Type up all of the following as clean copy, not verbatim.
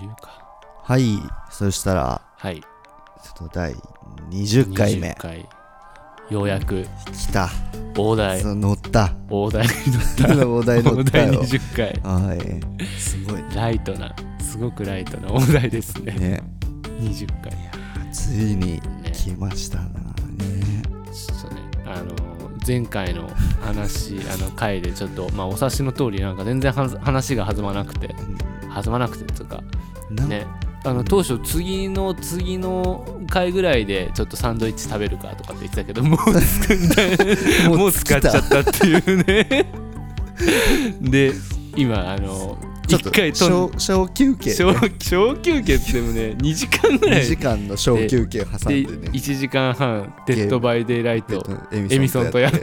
20か。 はい、そしたらはい。 ちょっと第20回目 20回ようやく来た。 大台乗った大台に乗った大台乗ったよ。 大台20回。 はい、すごいライトな、すごくライトな大台ですね。 ね。 20回。 ついに来ましたな、ね。 ちょっとね、前回の話回でちょっとお察しの通りなんか全然話が弾まなくて、というかね、当初次の回ぐらいでちょっとサンドイッチ食べるかとかって言ってたけど、もう使っちゃったっていうね。で今ちょっと小休憩、ね、 小休憩ってもね2時間ぐらい 2時間の小休憩挟んでね、 1時間半デッドバイデイライトエミソンとやって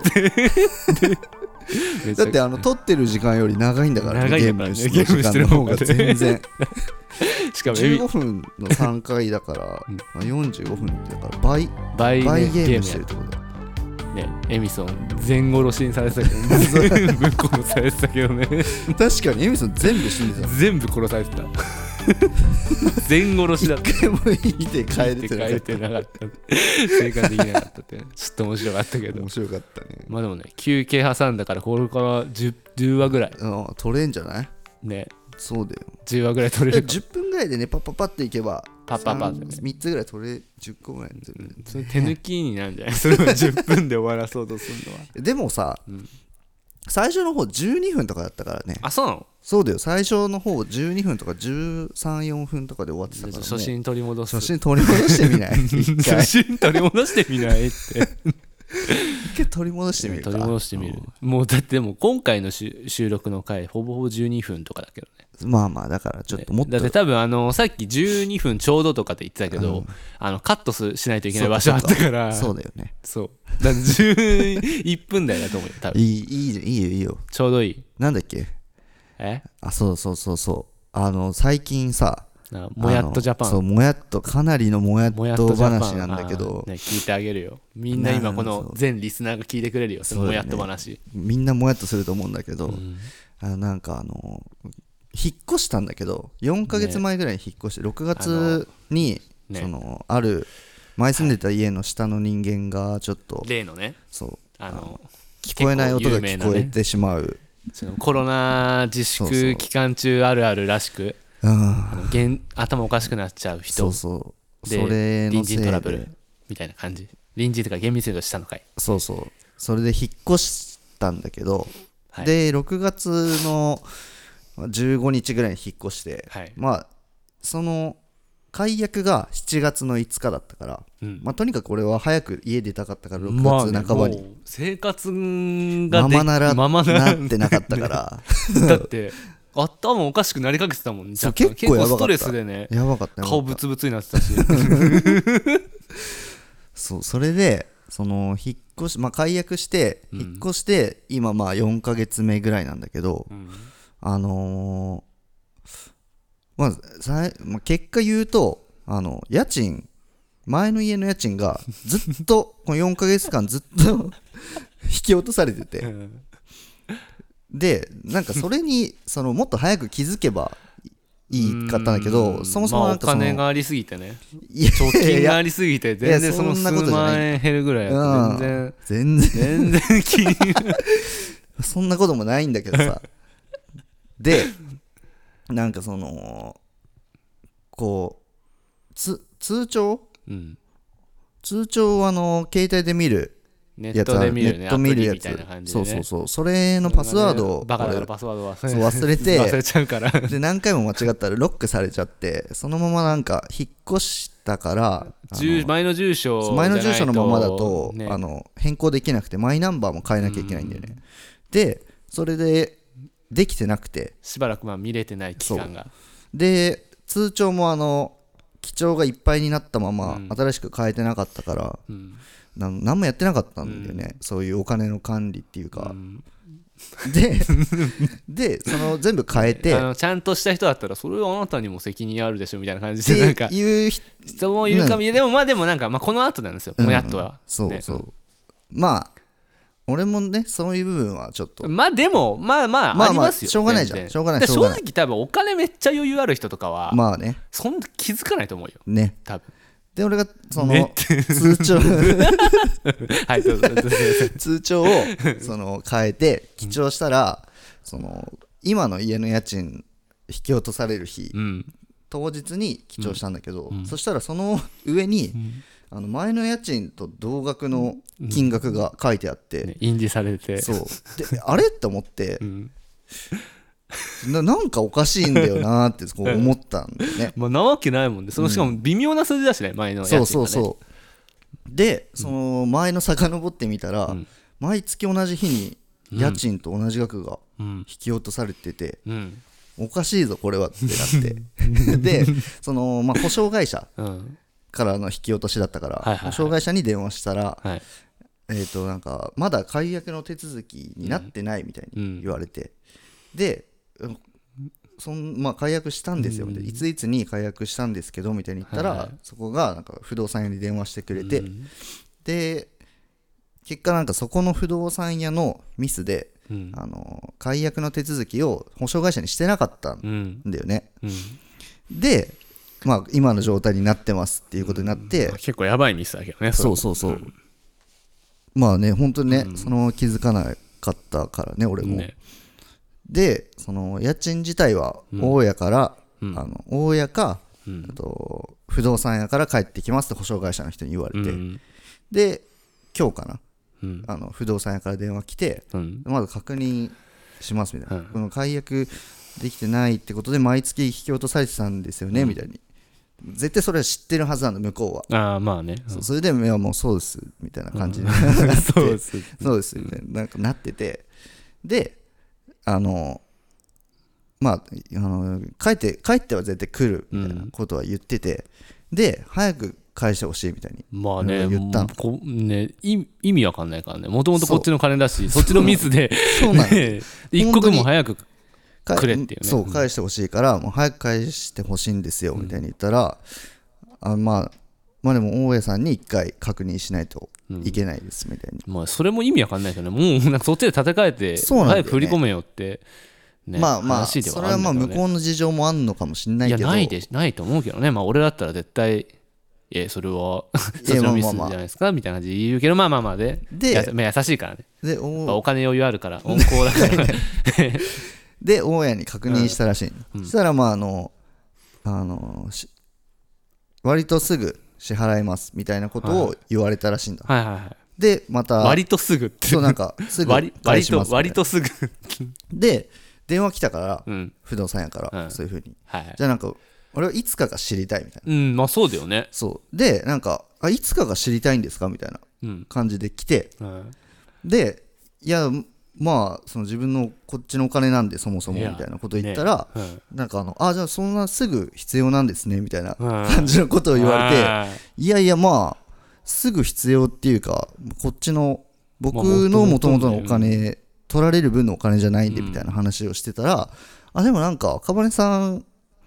だって撮ってる時間より長いんだからね、 長いんだからね、 ゲームしてる方が全然しかも 15分の3回だから45分ってだから倍ゲームしてるってことだね。エミソン全殺しにされてたけどね全部殺されてたけどね確かにエミソン全部死んでた、 全部殺されてた全殺しだった。 一回も見て帰れてなかった生還できなかったってちょっと面白かったけど。 面白かったね。 まあでもね、休憩挟んだからこれから 10話ぐらい取れんじゃないね。そうだよ、 10話ぐらい取れるか。 10分ぐらいでね、パッっていけばパッ 3つぐらい取れ、10個ぐらい取れる、 それ手抜きになるんじゃないそれを10分で終わらそうとするのはでもさ、最初の方12分とかだったからね。 あ、そうなの？ そうだよ、最初の方12分とか13、4分とかで終わってたから、ね、 初心取り戻してみない初心取り戻してみないって一回取り戻してみるか。 取り戻してみる。もうだってもう今回の収録の回ほぼほぼ12分とかだけどね。 まあだからちょっともっと、 だって多分さっき12分ちょうどとかって言ってたけど、カットしないといけない場所あったから。 そうだよね。 そうだって11分台だと思うよ多分。いいよちょうどいい。 なんだっけ、そう最近さ、 もやっとジャパン、 そうもやっと、かなりのもやっと話なんだけど、 ね、聞いてあげるよ。みんな今この全リスナーが聞いてくれるよ、そのもやっと話、 みんなもやっとすると思うんだけど、なんか引っ越したんだけど、4ヶ月前ぐらいに引っ越して、6月にある前住んでた家の下の人間がちょっと例のね、 そう聞こえない音が聞こえてしまう、 そのコロナ自粛期間中あるあるらしく、頭おかしくなっちゃう人、それのせいで隣人トラブルみたいな感じ、隣人とか厳密に言うと下の階、 それで引っ越したんだけど、で6月の15日ぐらいに引っ越して、その解約が7月の5日だったから、とにかく俺は早く家出たかったから6月半ばに、 生活がままなってなかったからだって頭おかしくなりかけてたもんね。 結構ストレスでね、 やばかった顔ブツブツになってたしそれで引っ越し、解約して引っ越して、今4ヶ月目ぐらいなんだけど、結果言うと家賃、前の家の家賃がずっとこの4ヶ月間ずっと引き落とされててでなんかそれにもっと早く気づけばいいかったんだけど、そもそもなんかお金がありすぎてね、貯金がありすぎて全然その数万円減るぐらい全然気にそんなこともないんだけどさでなんかこう通帳を携帯で見るネットで見るね、 アプリみたいな感じでね、 それのパスワードをバカだからパスワード忘れて忘れちゃうからで何回も間違ったらロックされちゃって、そのままなんか引っ越したから前の住所のままだと、変更できなくてマイナンバーも変えなきゃいけないんだよね。でそれでできてなくてしばらく見れてない期間がで、通帳も記帳がいっぱいになったまま新しく変えてなかったから、何もやってなかったんだよね、そういうお金の管理っていうか、で全部変えてちゃんとした人だったらそれはあなたにも責任あるでしょみたいな感じでなんか言う人もいるかも、でもなんかこの後なんですよ、もやっとは。 俺もねそういう部分はちょっとまあでもまあありますよ、 しょうがないじゃん、 全然しょうがないで正しょうがない直多分お金めっちゃ余裕ある人とかは、 まあねそんな気づかないと思うよね多分。 で俺がその、 ね通帳はいどうぞどうぞ通帳をその変えて記帳したら、その今の家の家賃引き落とされる日、 うん当日に記帳したんだけど、 うんそしたらその上に、前の家賃と同額の金額が書いてあって、 ね、印字されてそうであれって思って、 うんなんかおかしいんだよなってこう思ったんだよね、 まあなわけないもんね。そのしかも微妙な数字だしね、前の家賃がね。 そうそうそうでその前の遡ってみたら、 うん毎月同じ日に家賃と同じ額がうん引き落とされてて、 うんおかしいぞこれはってなってでその、保証会社うんからの引き落としだったから、 はいはいはい保証会社に電話したら、 はいなんかまだ解約の手続きになってないみたいに言われて、で解約したんですよ、いついつに解約したんですけどみたいに言ったら、 はいはいそこがなんか不動産屋に電話してくれて、 うんで結果なんかそこの不動産屋のミスで、 うん解約の手続きを保証会社にしてなかったんだよね、 うんで、今の状態になってますっていうことになって、 結構やばいミスだけどね。 そうそうそう、まあね本当にね、 うんその気づかなかったからね俺も、 ねでその家賃自体は大家から、大家か、 うんあと不動産屋から帰ってきますって保証会社の人に言われて、 うんで今日かな、 うん不動産屋から電話来て、 うんまず確認しますみたいな、 うんこの解約できてないってことで毎月引き落とされてたんですよね、みたいに絶対それは知ってるはずなの向こうは、 ああまあね。 それでいやもうそうですみたいな感じで、 そうですそうですみたいななんかなってて、で帰っては絶対来るみたいなことは言ってて、で早く返してほしいみたいにまあね、 言ったの意味わかんないからね。もともとこっちの金だし、そっちのミスでそうなのね一刻も早くくれっていうね。 そう返してほしいからもう早く返してほしいんですよみたいに言ったら、まあでも大家さんに一回確認しないといけないですみたいに、 まあそれも意味わかんないけどね。もうなんかそっちで立て替えてそうなんだよね早く振り込めよってね。話ではそれはあるんだけどね。 向こうの事情もあんのかもしれないけど、 ないと思うけどね。まあ俺だったら絶対それはそっちのミスじゃないですかみたいな感じで言うけど、まあで優しいからね。 でお金余裕あるから温厚だからで大家に確認したらしい、そしたら割とすぐ支払いますみたいなことを言われたらしいんだ、 はいはいはい。 でまた割とすぐってそうなんかすぐ返しますみたいな割とすぐで電話来たから、 うん不動産屋から、 うんそういう風に、 はいじゃあなんか俺はいつかが知りたいみたいな、 うんまあそうだよね。 そうでなんかいつかが知りたいんですかみたいなうん感じで来て、 うんでいやその自分のこっちのお金なんでそもそもみたいなこと言ったら、 ねなんかじゃあそんなすぐ必要なんですねみたいなうん感じのことを言われて、 はいいやすぐ必要っていうかこっちの僕の元々のお金、取られる分のお金じゃないんでみたいな話をしてたら、でもなんか赤羽さん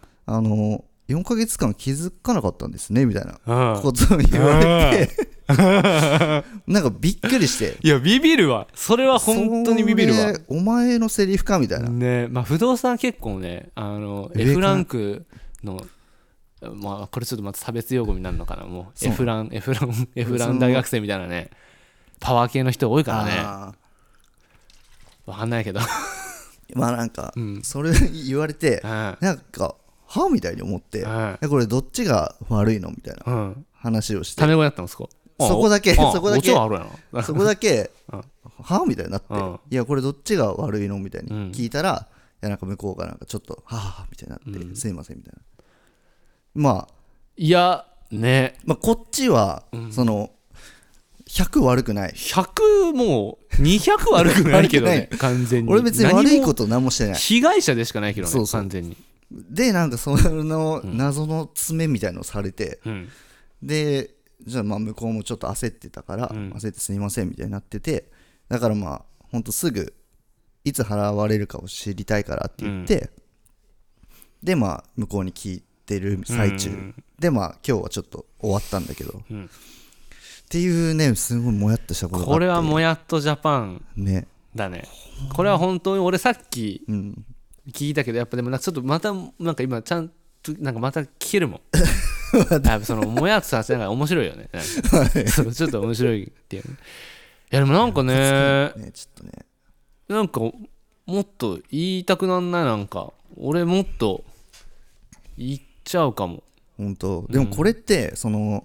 4ヶ月間気づかなかったんですねみたいなことを言われてなんかびっくりして、 いやビビるわ。それは本当にビビるわそれお前のセリフかみたいな、 ね。まあ不動産結構ねF ランクのこれちょっとまた差別用語になるのかな。もう F ラン大学生みたいなねパワー系の人多いからね。わかんないけどなんか、 うんそれ言われて、なんかみたいに思って、これどっちが悪いのみたいな話をして、 タメ語やったんですか。 そこだけもちろんあるやなそこだけうんみたいになって、いやこれどっちが悪いのみたいに聞いたら、いやなんか向こうがなんかちょっとみたいになって、すいませんみたいな、 いやねこっちは、その100悪くない、 100もう200悪くないけどね完全に俺別に悪いこと何もしてない、 被害者でしかないけどね。 そうそう完全にでなんかその謎の詰めみたいのをされて、でじゃあ向こうもちょっと焦ってたから、焦ってすいませんみたいになってて、だからほんとすぐいつ払われるかを知りたいからって言って、で向こうに聞いてる最中、で今日はちょっと終わったんだけど、 っていうね、すごいもやっとしたことがあって、 これはもやっとジャパンね、 だね。これは本当に俺さっきうん、 聞いたけど、やっぱでもなんかちょっとまたなんか今ちゃんとなんかまた聞けるもん。やっぱそのもやっとさせながら面白いよね。なんかそうちょっと面白いっていう、ね。いやでもなんかね、 ちょっとね、 なんかもっと言いたくなんない、なんか俺もっと言っちゃうかも。 本当。でもこれってその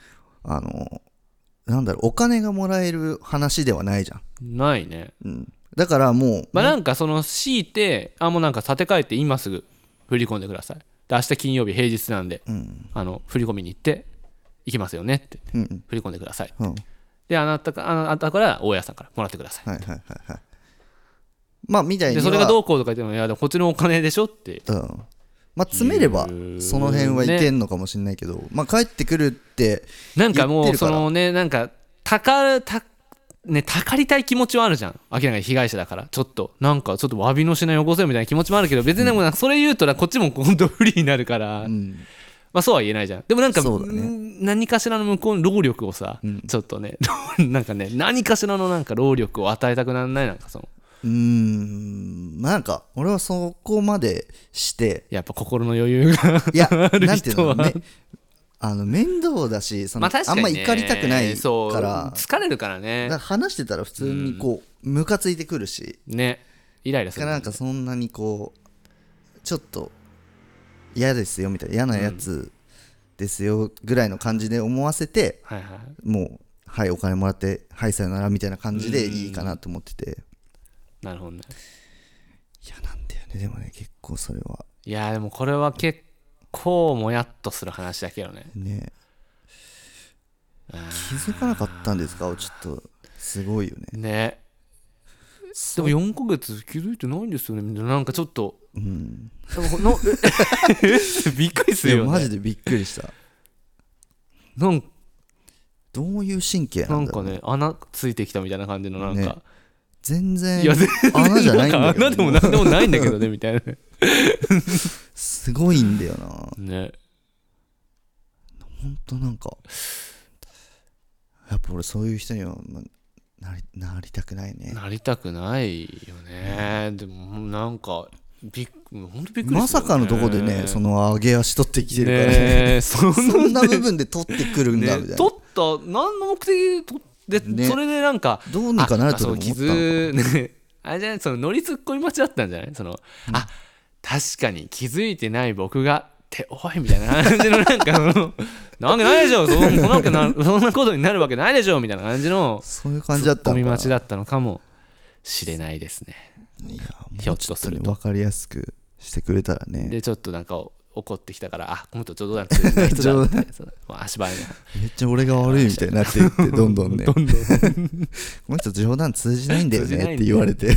なんだろう、お金がもらえる話ではないじゃん。 ないね。 うん。だからもう、 まあなんかその強いてもうなんか立て替えて今すぐ振り込んでください。で明日金曜日平日なんで、 うん、 振り込みに行って行きますよねってうん、 振り込んでください。 うん、 であなたから大家さんからもらってください。 はいはいはいはい。まあみたいにはでそれがどうこうとか言っても、いやでもこっちのお金でしょって。 うん、まあ詰めればその辺はいけんのかもしれないけど、まあ帰ってくるってなんかもうそ言ってるから、 のね、なんかたかりたい気持ちはあるじゃん。明らかに被害者だからちょっとなんかちょっと詫びの品よこせよみたいな気持ちもあるけど、別にでもなんかそれ言うとこっちも本当不利になるから、 うん、 まあそうは言えないじゃん。でもなんか、 そうだね、 何かしらの向こうの労力をさ、 うん、 ちょっとねなんかね、何かしらのなんか労力を与えたくならない？なんかそのなんか俺はそこまでしてやっぱ心の余裕がいやあるなんていうの人はね、面倒だし、その、 まあ確かにね、 あんま怒りたくないそうから疲れるからね。 だから話してたら普通にこうムカついてくるし、 ね、イライラする、 だからなんかそんなにこうちょっと嫌ですよみたいな、嫌なやつですよぐらいの感じで思わせて、 はいはい、 もうはいお金もらってはいさよならみたいな感じでいいかなと思ってて、 なるほどね。 いやなんだよね、でもね結構それはいやでもこれは結構もやっとする話だけどね。 ね、気づかなかったんですか？ちょっとすごいよね。 ね、でも4ヶ月気づいてないんですよねみたいな、なんかちょっと、 うん、 びっくりするよね。 マジでびっくりした。 なんどういう神経なんだろう、 ね、穴ついてきたみたいな感じのなんか、 ね、全然穴じゃないんだけど、 穴でもなんでもないんだけどねみたいなすごいんだよなね。 ほんとなんかやっぱ俺そういう人にはなりたくないね。 なりたくないよね、でもなんかほんとびっくりするよね。 まさかのとこでね、その上げ足取ってきてるからね、そんな部分で取ってくるんだみたいな、 取った何の目的で取って、ね、それでなんかどうにかなるとでも思ったのか、 ね、あれじゃない、その乗りツッコミ待ちだったんじゃない、その、確かに気づいてない僕がっておいみたいな感じのなんかなわけないでしょ、そんなことになるわけないでしょみたいな感じのそういう感じだったのかな、 ツッコミ待ちだったのかもしれないですね。 いやひょっとすると分かりやすくしてくれたらね。 でちょっとなんか怒ってきたから、この人冗談通じない人だって足早いな、 めっちゃ俺が悪いみたいになっていってどんどんねこの人冗談通じないんだよねって言われて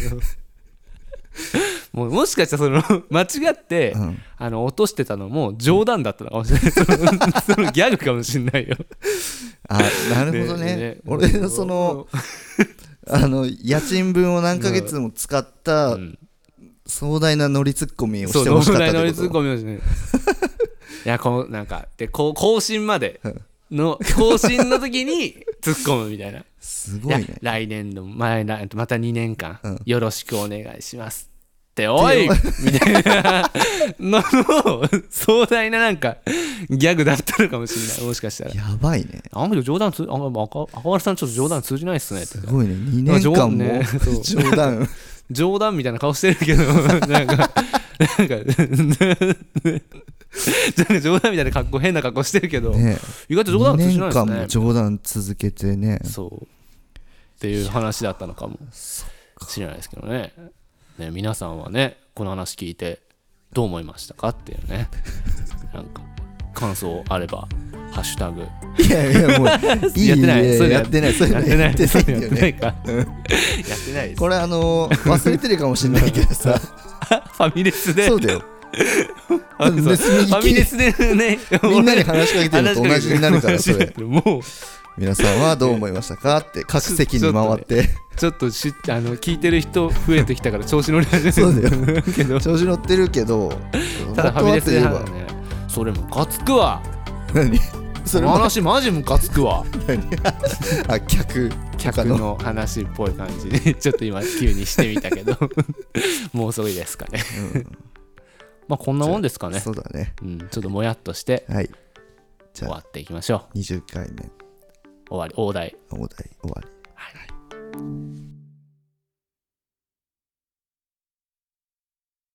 もしかしたらその間違って、落としてたのも冗談だったのかもしれないそのギャグかもしれないよ。 なるほどね。俺のその家賃分を何ヶ月も使った壮大な乗りツッコミをしてほしかったってこと。 壮大な乗りツッコミをしてねいやなんかで更新までの更新の時に突っ込むみたいなすごいね。 来年のまた2年間、よろしくお願いしますっておいみたいなの壮大ななんかギャグだったのかもしれない、もしかしたら。 やばいね。 赤丸さんちょっと冗談通じないっすねって。 すごいね、2年間も冗談みたいな顔してるけどなんか冗談みたいな変な格好してるけど、ね、意外と冗談通じないですね。 2年間も冗談続けてね、 そうっていう話だったのかもしれないですけどね。皆さんはねこの話聞いてどう思いましたかっていうねなんか感想あればハッシュタグいやもういいやってない、 やってない、そういうのやってないんだよね。 やってないです。 これ忘れてるかもしれないけどさファミレスでそうだよファミレスでねみんなに話しかけてるのと同じになるからそれもう皆さんはどう思いましたかって各席に回ってちょっと聞いてる人増えてきたから調子乗り始めてそうだよけど調子乗ってるけどただファミレスでねそれムカつくわ何それこの話マジムカつくわ。 あ、客の話っぽい感じでちょっと今急にしてみたけどもう遅いですかね、まあこんなもんですかね。 そうだね、 ちょっともやっとしてはい、じゃあ終わっていきましょう。 20回目終わり、大台終わり